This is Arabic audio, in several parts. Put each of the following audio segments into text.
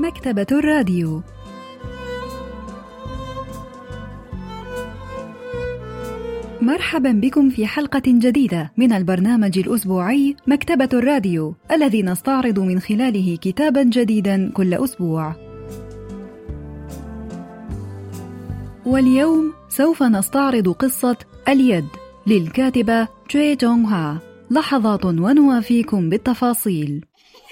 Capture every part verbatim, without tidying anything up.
مكتبة الراديو. مرحبا بكم في حلقة جديدة من البرنامج الأسبوعي مكتبة الراديو، الذي نستعرض من خلاله كتابا جديدا كل أسبوع. واليوم سوف نستعرض قصة اليد للكاتبة تشوي جونغ ها. لحظات ونوافيكم بالتفاصيل.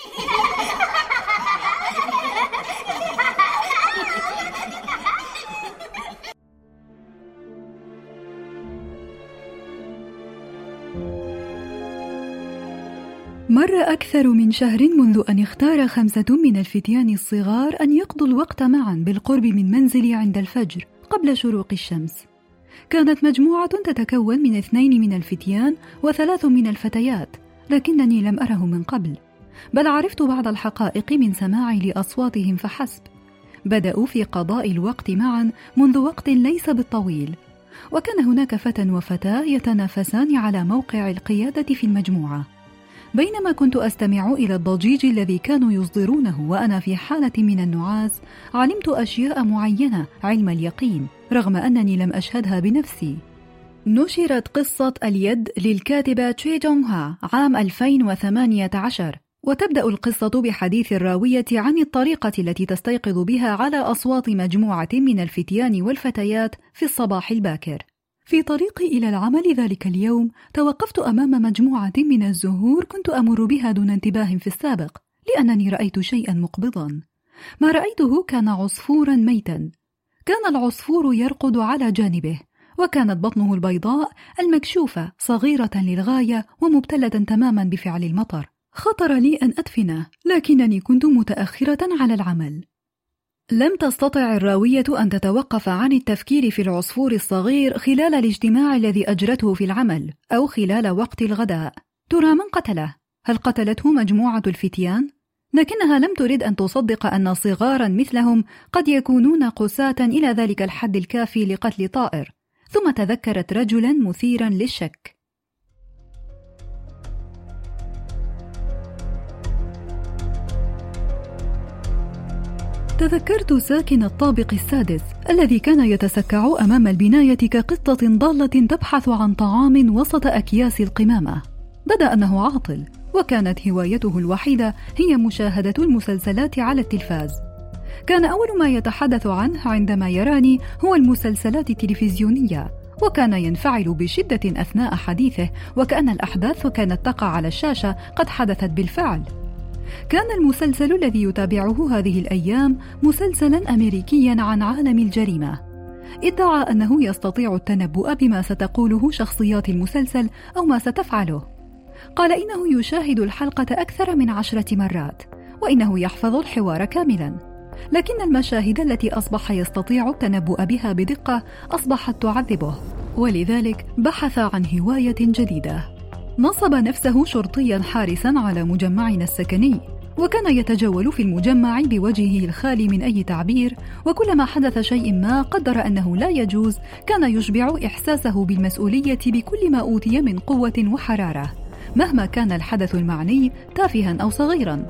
مر أكثر من شهر منذ أن اختار خمسة من الفتيان الصغار أن يقضوا الوقت معا بالقرب من منزلي عند الفجر قبل شروق الشمس. كانت مجموعة تتكون من اثنين من الفتيان وثلاث من الفتيات، لكنني لم أره من قبل، بل عرفت بعض الحقائق من سماعي لأصواتهم فحسب. بدأوا في قضاء الوقت معا منذ وقت ليس بالطويل، وكان هناك فتى وفتاة يتنافسان على موقع القيادة في المجموعة. بينما كنت أستمع إلى الضجيج الذي كانوا يصدرونه وأنا في حالة من النعاس، علمت أشياء معينة علم اليقين رغم أنني لم أشهدها بنفسي. نشرت قصة اليد للكاتبة تشوي جونغ ها عام ألفين وثمانية عشر، وتبدأ القصة بحديث الراوية عن الطريقة التي تستيقظ بها على أصوات مجموعة من الفتيان والفتيات في الصباح الباكر. في طريقي إلى العمل ذلك اليوم، توقفت أمام مجموعة من الزهور كنت أمر بها دون انتباه في السابق، لأنني رأيت شيئا مقبضا. ما رأيته كان عصفورا ميتا. كان العصفور يرقد على جانبه، وكانت بطنه البيضاء المكشوفة صغيرة للغاية ومبتلة تماما بفعل المطر. خطر لي أن أدفنه، لكنني كنت متأخرة على العمل. لم تستطع الراوية أن تتوقف عن التفكير في العصفور الصغير خلال الاجتماع الذي أجرته في العمل أو خلال وقت الغداء. ترى من قتله؟ هل قتلته مجموعة الفتيان؟ لكنها لم ترد أن تصدق أن صغارا مثلهم قد يكونون قساة إلى ذلك الحد الكافي لقتل طائر، ثم تذكرت رجلا مثيرا للشك. تذكرت ساكن الطابق السادس الذي كان يتسكع أمام البناية كقطة ضالة تبحث عن طعام وسط أكياس القمامة. بدأ أنه عاطل، وكانت هوايته الوحيدة هي مشاهدة المسلسلات على التلفاز. كان أول ما يتحدث عنه عندما يراني هو المسلسلات التلفزيونية، وكان ينفعل بشدة أثناء حديثه وكأن الأحداث كانت تقع على الشاشة قد حدثت بالفعل. كان المسلسل الذي يتابعه هذه الأيام مسلسلا أمريكيا عن عالم الجريمة. ادعى أنه يستطيع التنبؤ بما ستقوله شخصيات المسلسل أو ما ستفعله. قال إنه يشاهد الحلقة أكثر من عشرة مرات، وإنه يحفظ الحوار كاملا، لكن المشاهد التي أصبح يستطيع التنبؤ بها بدقة أصبحت تعذبه، ولذلك بحث عن هواية جديدة. نصب نفسه شرطيا حارسا على مجمعنا السكني، وكان يتجول في المجمع بوجهه الخالي من أي تعبير، وكلما حدث شيء ما قدر أنه لا يجوز كان يشبع إحساسه بالمسؤولية بكل ما أوتي من قوة وحرارة، مهما كان الحدث المعني تافها أو صغيرا.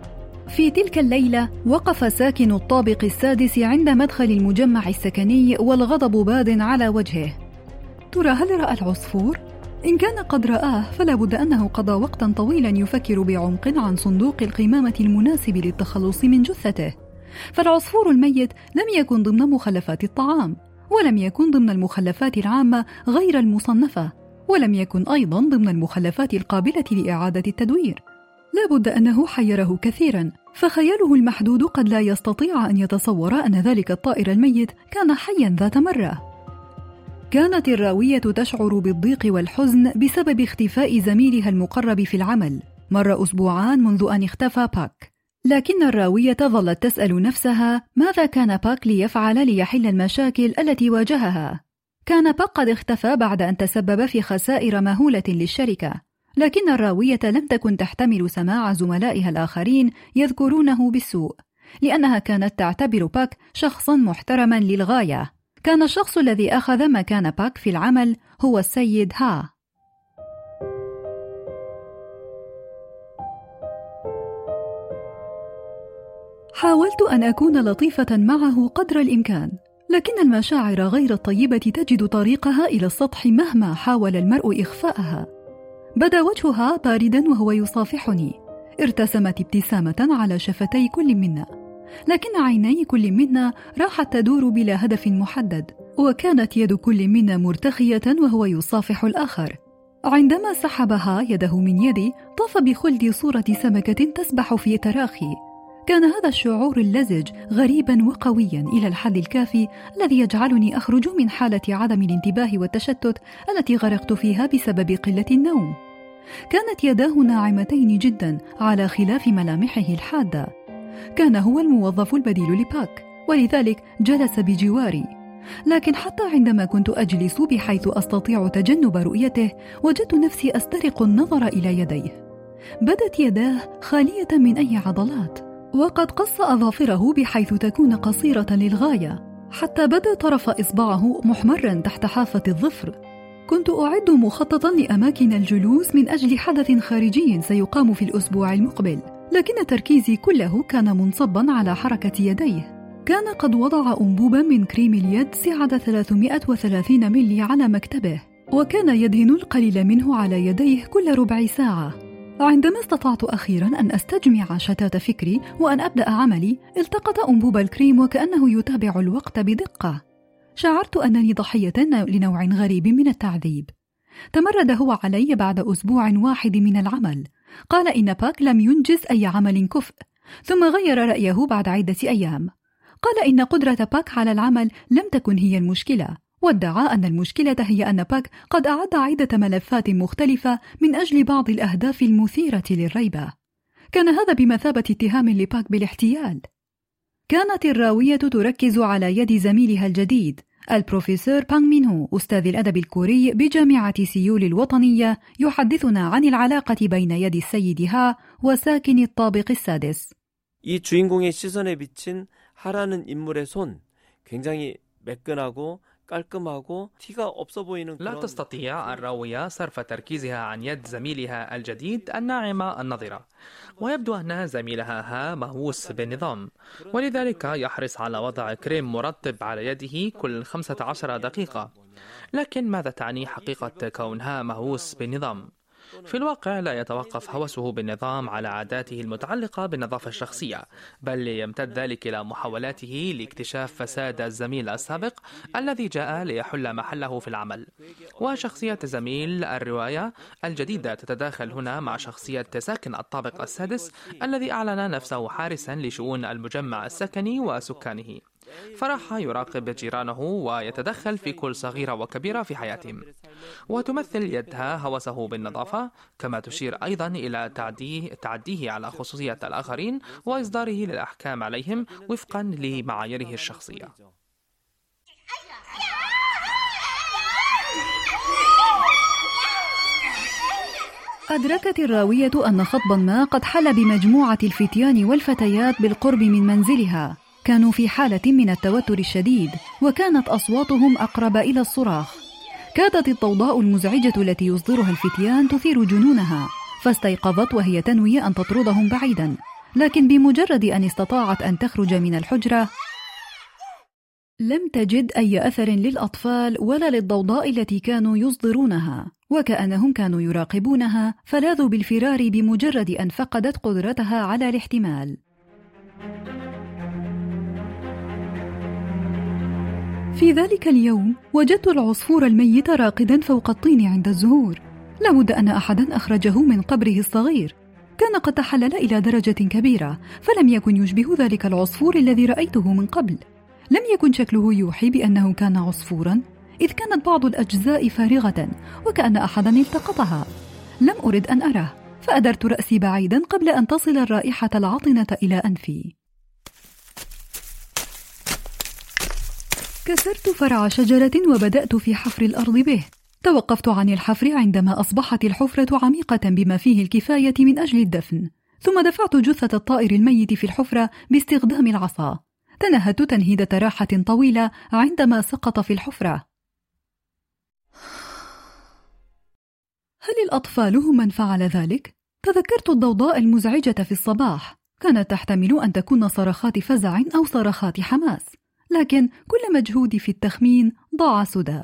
في تلك الليلة وقف ساكن الطابق السادس عند مدخل المجمع السكني والغضب باد على وجهه. ترى هل رأى العصفور؟ إن كان قد رآه فلا بد أنه قضى وقتا طويلا يفكر بعمق عن صندوق القمامة المناسب للتخلص من جثته. فالعصفور الميت لم يكن ضمن مخلفات الطعام، ولم يكن ضمن المخلفات العامة غير المصنفة، ولم يكن أيضا ضمن المخلفات القابلة لإعادة التدوير. لا بد أنه حيره كثيرا، فخياله المحدود قد لا يستطيع أن يتصور أن ذلك الطائر الميت كان حيا ذات مرة. كانت الراوية تشعر بالضيق والحزن بسبب اختفاء زميلها المقرب في العمل. مر أسبوعان منذ أن اختفى باك، لكن الراوية ظلت تسأل نفسها ماذا كان باك ليفعل ليحل المشاكل التي واجهها. كان باك قد اختفى بعد أن تسبب في خسائر مهولة للشركة، لكن الراوية لم تكن تحتمل سماع زملائها الآخرين يذكرونه بالسوء، لأنها كانت تعتبر باك شخصا محترما للغاية. كان الشخص الذي أخذ مكان باك في العمل هو السيد ها. حاولت أن أكون لطيفة معه قدر الإمكان، لكن المشاعر غير الطيبة تجد طريقها إلى السطح مهما حاول المرء إخفاءها. بدا وجهها باردا وهو يصافحني، ارتسمت ابتسامة على شفتي كل منا، لكن عيني كل منا راحت تدور بلا هدف محدد، وكانت يد كل منا مرتخية وهو يصافح الآخر. عندما سحبها يده من يدي طاف بخلدي صورة سمكة تسبح في تراخي. كان هذا الشعور اللزج غريبا وقويا إلى الحد الكافي الذي يجعلني أخرج من حالة عدم الانتباه والتشتت التي غرقت فيها بسبب قلة النوم. كانت يداه ناعمتين جدا على خلاف ملامحه الحادة. كان هو الموظف البديل لباك، ولذلك جلس بجواري، لكن حتى عندما كنت أجلس بحيث أستطيع تجنب رؤيته وجدت نفسي أسترق النظر إلى يديه. بدت يداه خالية من أي عضلات، وقد قص أظافره بحيث تكون قصيرة للغاية، حتى بدا طرف إصبعه محمرا تحت حافة الظفر. كنت أعد مخططا لأماكن الجلوس من أجل حدث خارجي سيقام في الأسبوع المقبل، لكن تركيزي كله كان منصبا على حركة يديه. كان قد وضع أنبوبا من كريم اليد سعة ثلاثمائة وثلاثين ملي على مكتبه، وكان يدهن القليل منه على يديه كل ربع ساعة. عندما استطعت أخيرا أن أستجمع شتات فكري وأن أبدأ عملي، التقط أنبوب الكريم وكأنه يتابع الوقت بدقة. شعرت أنني ضحية لنوع غريب من التعذيب. تمرد هو علي بعد أسبوع واحد من العمل، قال إن باك لم ينجز أي عمل كفء، ثم غير رأيه بعد عدة أيام. قال إن قدرة باك على العمل لم تكن هي المشكلة، وادعى أن المشكلة هي أن باك قد أعد عدة ملفات مختلفة من أجل بعض الأهداف المثيرة للريبة. كان هذا بمثابة اتهام لباك بالاحتيال. كانت الراوية تركز على يد زميلها الجديد البروفيسور بانغ مينهو أستاذ الأدب الكوري بجامعة سيول الوطنية، يحدثنا عن العلاقة بين يد السيد ها وساكن الطابق السادس. 이 주인공의 시선에 비친 하라는 인물의 손 굉장히 매끈하고 깔끔하고 티가 없어 보이는. لا تستطيع الراوية صرف تركيزها عن يد زميلها الجديد الناعمة النضرة، ويبدو أن زميلها ها مهووس بالنظام، ولذلك يحرص على وضع كريم مرطب على يده كل خمسة عشر دقيقة. لكن ماذا تعني حقيقة كونها مهووس بالنظام؟ في الواقع لا يتوقف هوسه بالنظام على عاداته المتعلقة بالنظافة الشخصية، بل يمتد ذلك إلى محاولاته لاكتشاف فساد الزميل السابق الذي جاء ليحل محله في العمل. وشخصية زميل الرواية الجديدة تتداخل هنا مع شخصية ساكن الطابق السادس الذي أعلن نفسه حارسا لشؤون المجمع السكني وسكانه، فراح يراقب جيرانه ويتدخل في كل صغيرة وكبيرة في حياتهم. وتمثل يدها هوسه بالنظافة، كما تشير أيضا إلى تعديه, تعديه على خصوصية الآخرين وإصداره للأحكام عليهم وفقا لمعاييره الشخصية. أدركت الراوية أن خطبا ما قد حل بمجموعة الفتيان والفتيات بالقرب من منزلها. كانوا في حالة من التوتر الشديد، وكانت أصواتهم أقرب إلى الصراخ. كادت الضوضاء المزعجة التي يصدرها الفتيان تثير جنونها، فاستيقظت وهي تنوي أن تطردهم بعيدا، لكن بمجرد أن استطاعت أن تخرج من الحجرة لم تجد أي أثر للأطفال ولا للضوضاء التي كانوا يصدرونها، وكأنهم كانوا يراقبونها فلاذوا بالفرار بمجرد أن فقدت قدرتها على الاحتمال. في ذلك اليوم وجدت العصفور الميت راقدا فوق الطين عند الزهور. لابد أن أحدا أخرجه من قبره الصغير. كان قد تحلل إلى درجة كبيرة، فلم يكن يشبه ذلك العصفور الذي رأيته من قبل. لم يكن شكله يوحي بأنه كان عصفورا، إذ كانت بعض الأجزاء فارغة وكأن أحدا التقطها. لم أرد أن أراه، فأدرت رأسي بعيدا قبل أن تصل الرائحة العطنة إلى أنفي. كسرت فرع شجرة وبدأت في حفر الأرض به. توقفت عن الحفر عندما أصبحت الحفرة عميقة بما فيه الكفاية من أجل الدفن، ثم دفعت جثة الطائر الميت في الحفرة باستخدام العصا. تنهدت تنهيدة راحة طويلة عندما سقط في الحفرة. هل الأطفال هم من فعل ذلك؟ تذكرت الضوضاء المزعجة في الصباح. كانت تحتمل أن تكون صرخات فزع أو صرخات حماس، لكن كل مجهودي في التخمين ضاع سدى.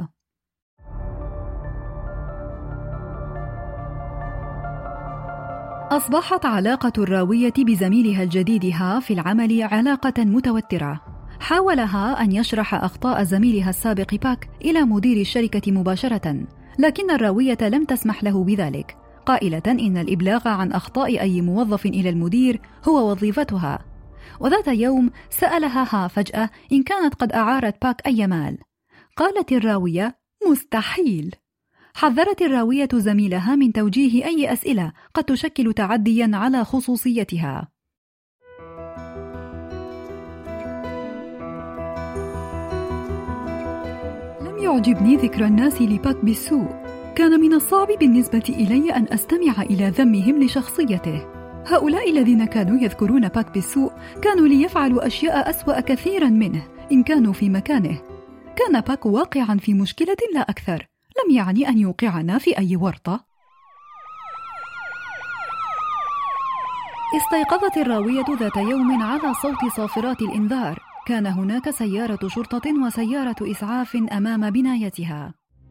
أصبحت علاقة الراوية بزميلها الجديد ها في العمل علاقة متوترة. حاول ها أن يشرح أخطاء زميلها السابق باك إلى مدير الشركة مباشرة، لكن الراوية لم تسمح له بذلك، قائلة إن الإبلاغ عن أخطاء أي موظف إلى المدير هو وظيفتها. وذات يوم سألها ها فجأة إن كانت قد أعارت باك أي مال. قالت الراوية: مستحيل. حذرت الراوية زميلها من توجيه أي أسئلة قد تشكل تعدياً على خصوصيتها. لم يعجبني ذكر الناس لباك بالسوء. كان من الصعب بالنسبة إلي أن أستمع إلى ذمهم لشخصيته. هؤلاء الذين كانوا يذكرون باك بالسوء كانوا ليفعلوا أشياء أسوأ كثيراً منه إن كانوا في مكانه. كان باك واقعاً في مشكلة لا أكثر، لم يعني أن يوقعنا في أي ورطة. استيقظت الراوية ذات يوم على صوت صافرات الإنذار. كان هناك سيارة شرطة وسيارة إسعاف أمام بنايتها.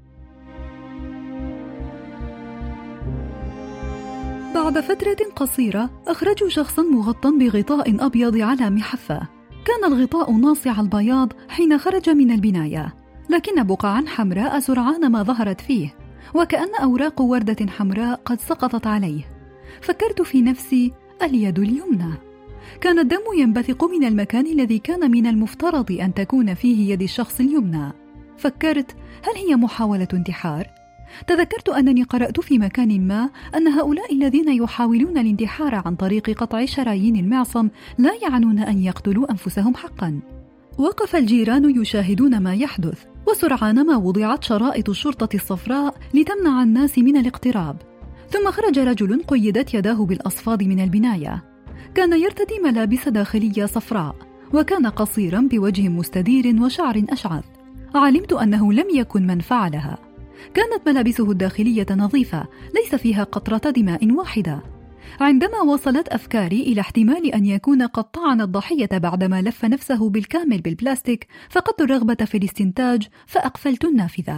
بعد فترة قصيرة أخرجوا شخصاً مغطى بغطاء أبيض على محفة. كان الغطاء ناصع البياض حين خرج من البناية، لكن بقعاً حمراء سرعان ما ظهرت فيه، وكأن أوراق وردة حمراء قد سقطت عليه. فكرت في نفسي: اليد اليمنى. كان الدم ينبثق من المكان الذي كان من المفترض أن تكون فيه يد الشخص اليمنى. فكرت: هل هي محاولة انتحار؟ تذكرت أنني قرأت في مكان ما أن هؤلاء الذين يحاولون الانتحار عن طريق قطع شرايين المعصم لا يعنون أن يقتلوا أنفسهم حقاً. وقف الجيران يشاهدون ما يحدث، وسرعان ما وضعت شرائط الشرطة الصفراء لتمنع الناس من الاقتراب. ثم خرج رجل قيدت يداه بالأصفاد من البناية. كان يرتدي ملابس داخلية صفراء، وكان قصيرا بوجه مستدير وشعر أشعث. علمت أنه لم يكن من فعلها. كانت ملابسه الداخلية نظيفة، ليس فيها قطرة دماء واحدة. عندما وصلت أفكاري إلى احتمال أن يكون قد طعن الضحية بعدما لف نفسه بالكامل بالبلاستيك، فقدت الرغبة في الاستنتاج فأقفلت النافذة.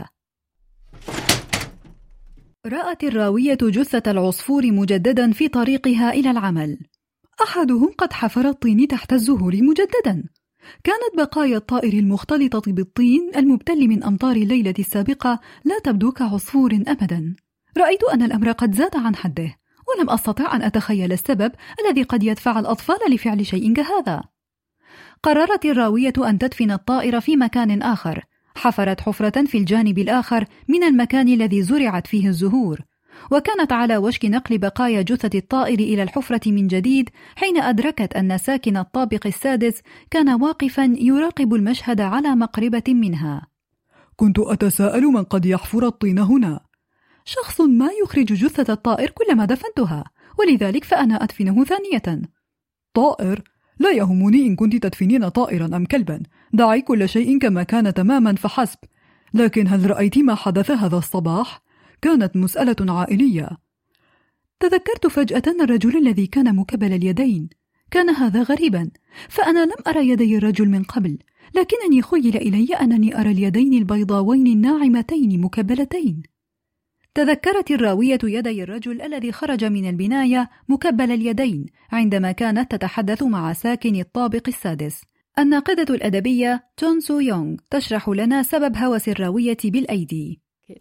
رأت الراوية جثة العصفور مجددا في طريقها إلى العمل. أحدهم قد حفر الطين تحت الزهور مجددا. كانت بقايا الطائر المختلطة بالطين المبتل من أمطار الليلة السابقة لا تبدو كعصفور أبدا. رأيت أن الأمر قد زاد عن حده، ولم أستطع أن أتخيل السبب الذي قد يدفع الأطفال لفعل شيء كهذا. قررت الراوية أن تدفن الطائر في مكان آخر. حفرت حفرة في الجانب الآخر من المكان الذي زرعت فيه الزهور، وكانت على وشك نقل بقايا جثة الطائر إلى الحفرة من جديد حين أدركت أن ساكن الطابق السادس كان واقفا يراقب المشهد على مقربة منها. كنت أتساءل من قد يحفر الطين هنا. شخص ما يخرج جثة الطائر كلما دفنتها، ولذلك فأنا أدفنه ثانية. طائر؟ لا يهمني إن كنت تدفنين طائرا أم كلبا، دعي كل شيء كما كان تماما فحسب. لكن هل رأيت ما حدث هذا الصباح؟ كانت مسألة عائلية. تذكرت فجأة الرجل الذي كان مكبل اليدين. كان هذا غريبا، فأنا لم أرى يدي الرجل من قبل، لكنني خيل إلي أنني أرى اليدين البيضاوين الناعمتين مكبلتين. تذكرت الراوية يدي الرجل الذي خرج من البناية مكبل اليدين عندما كانت تتحدث مع ساكن الطابق السادس. الناقدة الأدبية تون سو يونغ تشرح لنا سبب هوس الراوية بالأيدي.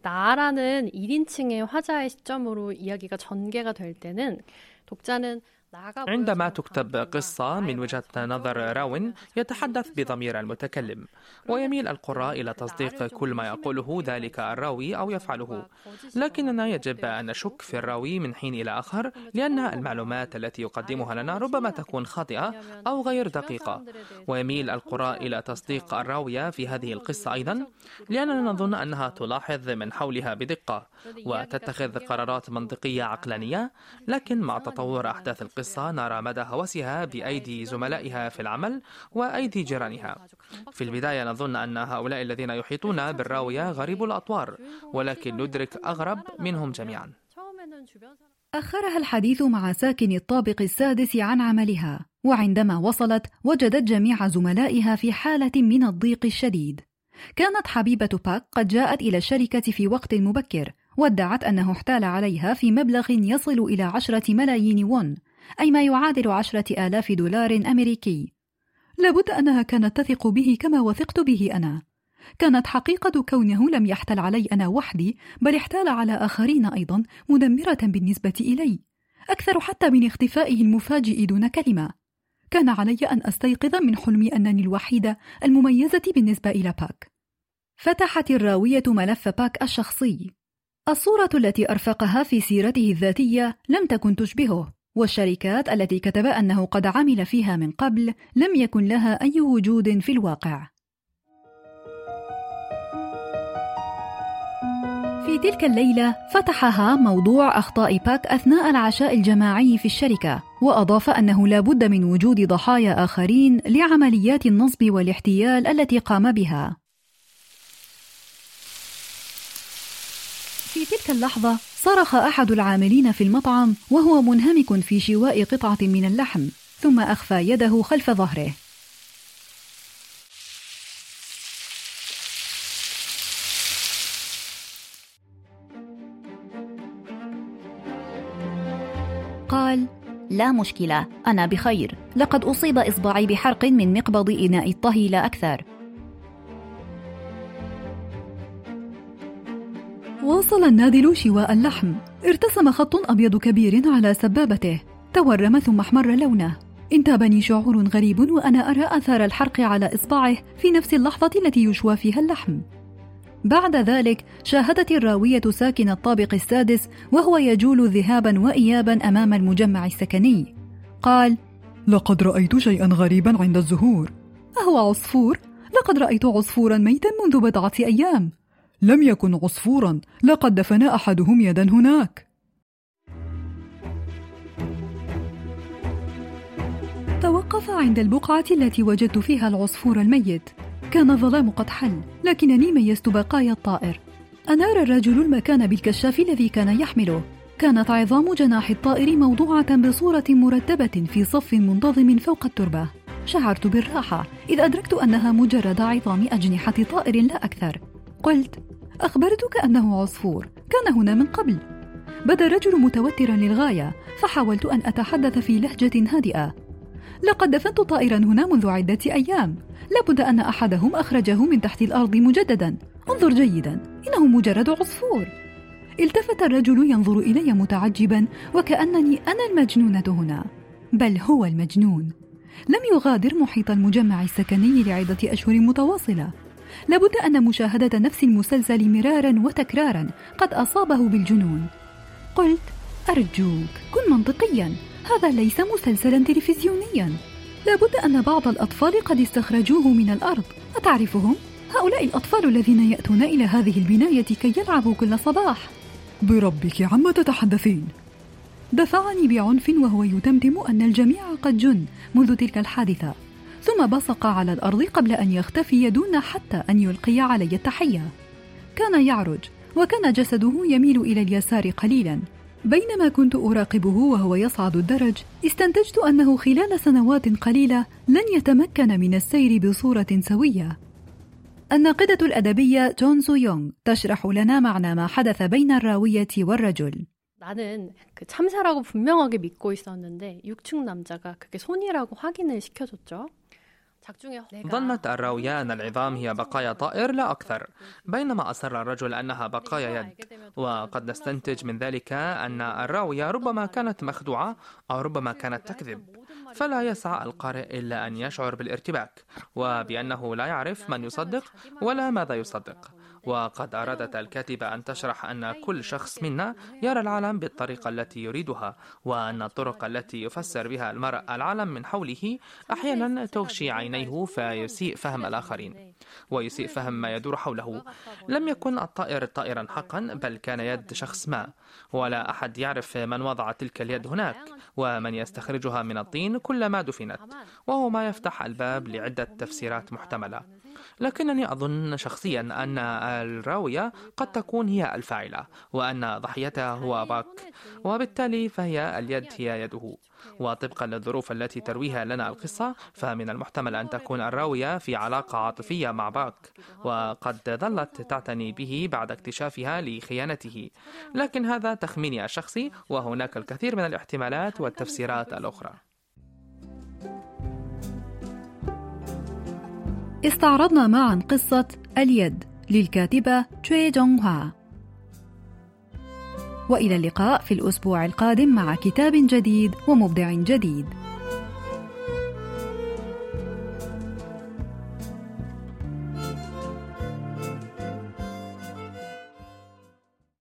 나라는 일 인칭의 화자의 시점으로 이야기가 전개가 될 때는 독자는 عندما تكتب قصة من وجهة نظر راون يتحدث بضمير المتكلم، ويميل القراء إلى تصديق كل ما يقوله ذلك الراوي أو يفعله، لكننا يجب أن نشك في الراوي من حين إلى آخر، لأن المعلومات التي يقدمها لنا ربما تكون خاطئة أو غير دقيقة. ويميل القراء إلى تصديق الراوية في هذه القصة أيضا، لأننا نظن أنها تلاحظ من حولها بدقة وتتخذ قرارات منطقية عقلانية، لكن مع تطور أحداث القصة نرى مدى هوسها بأيدي زملائها في العمل وأيدي جيرانها. في البداية نظن أن هؤلاء الذين يحيطون بالراوية غريب الأطوار، ولكن ندرك أغرب منهم جميعا. أخرها الحديث مع ساكن الطابق السادس عن عملها، وعندما وصلت وجدت جميع زملائها في حالة من الضيق الشديد. كانت حبيبة باك قد جاءت إلى الشركة في وقت مبكر، وادعت أنه احتال عليها في مبلغ يصل إلى عشرة ملايين وون، أي ما يعادل عشرة آلاف دولار أمريكي. لابد أنها كانت تثق به كما وثقت به أنا. كانت حقيقة كونه لم يحتل علي أنا وحدي، بل احتال على آخرين أيضا، مدمرة بالنسبة إلي، أكثر حتى من اختفائه المفاجئ دون كلمة. كان علي أن أستيقظ من حلمي أنني الوحيدة المميزة بالنسبة إلى باك. فتحت الراوية ملف باك الشخصي. الصورة التي أرفقها في سيرته الذاتية لم تكن تشبهه، والشركات التي كتب أنه قد عمل فيها من قبل لم يكن لها أي وجود في الواقع. في تلك الليلة فتحها موضوع أخطاء باك أثناء العشاء الجماعي في الشركة، وأضاف أنه لا بد من وجود ضحايا آخرين لعمليات النصب والاحتيال التي قام بها. في تلك اللحظة صرخ أحد العاملين في المطعم وهو منهمك في شواء قطعة من اللحم، ثم أخفى يده خلف ظهره. قال: لا مشكلة، أنا بخير، لقد أصيب إصبعي بحرق من مقبض إناء الطهي لا أكثر. واصل النادل شواء اللحم. ارتسم خط أبيض كبير على سبابته، تورم ثم احمر لونه. انتابني شعور غريب وأنا أرى أثار الحرق على إصبعه في نفس اللحظة التي يشوى فيها اللحم. بعد ذلك شاهدت الراوية ساكن الطابق السادس وهو يجول ذهابا وإيابا أمام المجمع السكني. قال: لقد رأيت شيئا غريبا عند الزهور. أهو عصفور؟ لقد رأيت عصفورا ميتا منذ بضعة أيام. لم يكن عصفورا، لقد دفن أحدهم يدا هناك. توقف عند البقعة التي وجدت فيها العصفور الميت. كان الظلام قد حل، لكنني ميزت بقايا الطائر. أنار الرجل المكان بالكشاف الذي كان يحمله. كانت عظام جناح الطائر موضوعة بصورة مرتبة في صف منتظم فوق التربة. شعرت بالراحة إذ أدركت أنها مجرد عظام أجنحة طائر لا أكثر. قلت: أخبرتك أنه عصفور، كان هنا من قبل. بدا الرجل متوترا للغاية، فحاولت أن أتحدث في لهجة هادئة. لقد دفنت طائرا هنا منذ عدة أيام، لابد أن أحدهم أخرجه من تحت الأرض مجددا. انظر جيدا، إنه مجرد عصفور. التفت الرجل ينظر إلي متعجبا، وكأنني أنا المجنونة هنا، بل هو المجنون. لم يغادر محيط المجمع السكني لعدة أشهر متواصلة. لابد أن مشاهدة نفس المسلسل مرارا وتكرارا قد أصابه بالجنون. قلت: أرجوك كن منطقيا، هذا ليس مسلسلا تلفزيونيا. لابد أن بعض الأطفال قد استخرجوه من الأرض، أتعرفهم؟ هؤلاء الأطفال الذين يأتون إلى هذه البناية كي يلعبوا كل صباح. بربك عما تتحدثين؟ دفعني بعنف وهو يتمتم أن الجميع قد جن منذ تلك الحادثة، ثم بصق على الأرض قبل أن يختفي دون حتى أن يلقي علي التحية. كان يعرج، وكان جسده يميل إلى اليسار قليلا. بينما كنت أراقبه وهو يصعد الدرج، استنتجت أنه خلال سنوات قليلة لن يتمكن من السير بصورة سوية. الناقدة الأدبية جون سو يونغ تشرح لنا معنى ما حدث بين الراوية والرجل. 나는 그 참사라고 분명하게 믿고 있었는데 육축 남자가 그게 손이라고 확인을 시켜줬죠. ظنت الراوية أن العظام هي بقايا طائر لا أكثر، بينما أصر الرجل أنها بقايا يد. وقد نستنتج من ذلك أن الراوية ربما كانت مخدوعة أو ربما كانت تكذب، فلا يسعى القارئ إلا أن يشعر بالارتباك وبأنه لا يعرف من يصدق ولا ماذا يصدق. وقد أرادت الكاتبة أن تشرح أن كل شخص منا يرى العالم بالطريقة التي يريدها، وأن الطرق التي يفسر بها المرء العالم من حوله أحيانا تغشي عينيه فيسيء فهم الآخرين ويسيء فهم ما يدور حوله. لم يكن الطائر طائرا حقا، بل كان يد شخص ما، ولا أحد يعرف من وضع تلك اليد هناك ومن يستخرجها من الطين كلما دفنت، وهو ما يفتح الباب لعدة تفسيرات محتملة. لكنني أظن شخصيا أن الراوية قد تكون هي الفاعلة وأن ضحيتها هو باك، وبالتالي فهي اليد هي يده. وطبقا للظروف التي ترويها لنا القصة فمن المحتمل أن تكون الراوية في علاقة عاطفية مع باك، وقد ظلت تعتني به بعد اكتشافها لخيانته، لكن هذا تخميني الشخصي وهناك الكثير من الاحتمالات والتفسيرات الأخرى. استعرضنا معا قصة اليد للكاتبة تشوي جونغ هوا، وإلى اللقاء في الأسبوع القادم مع كتاب جديد ومبدع جديد.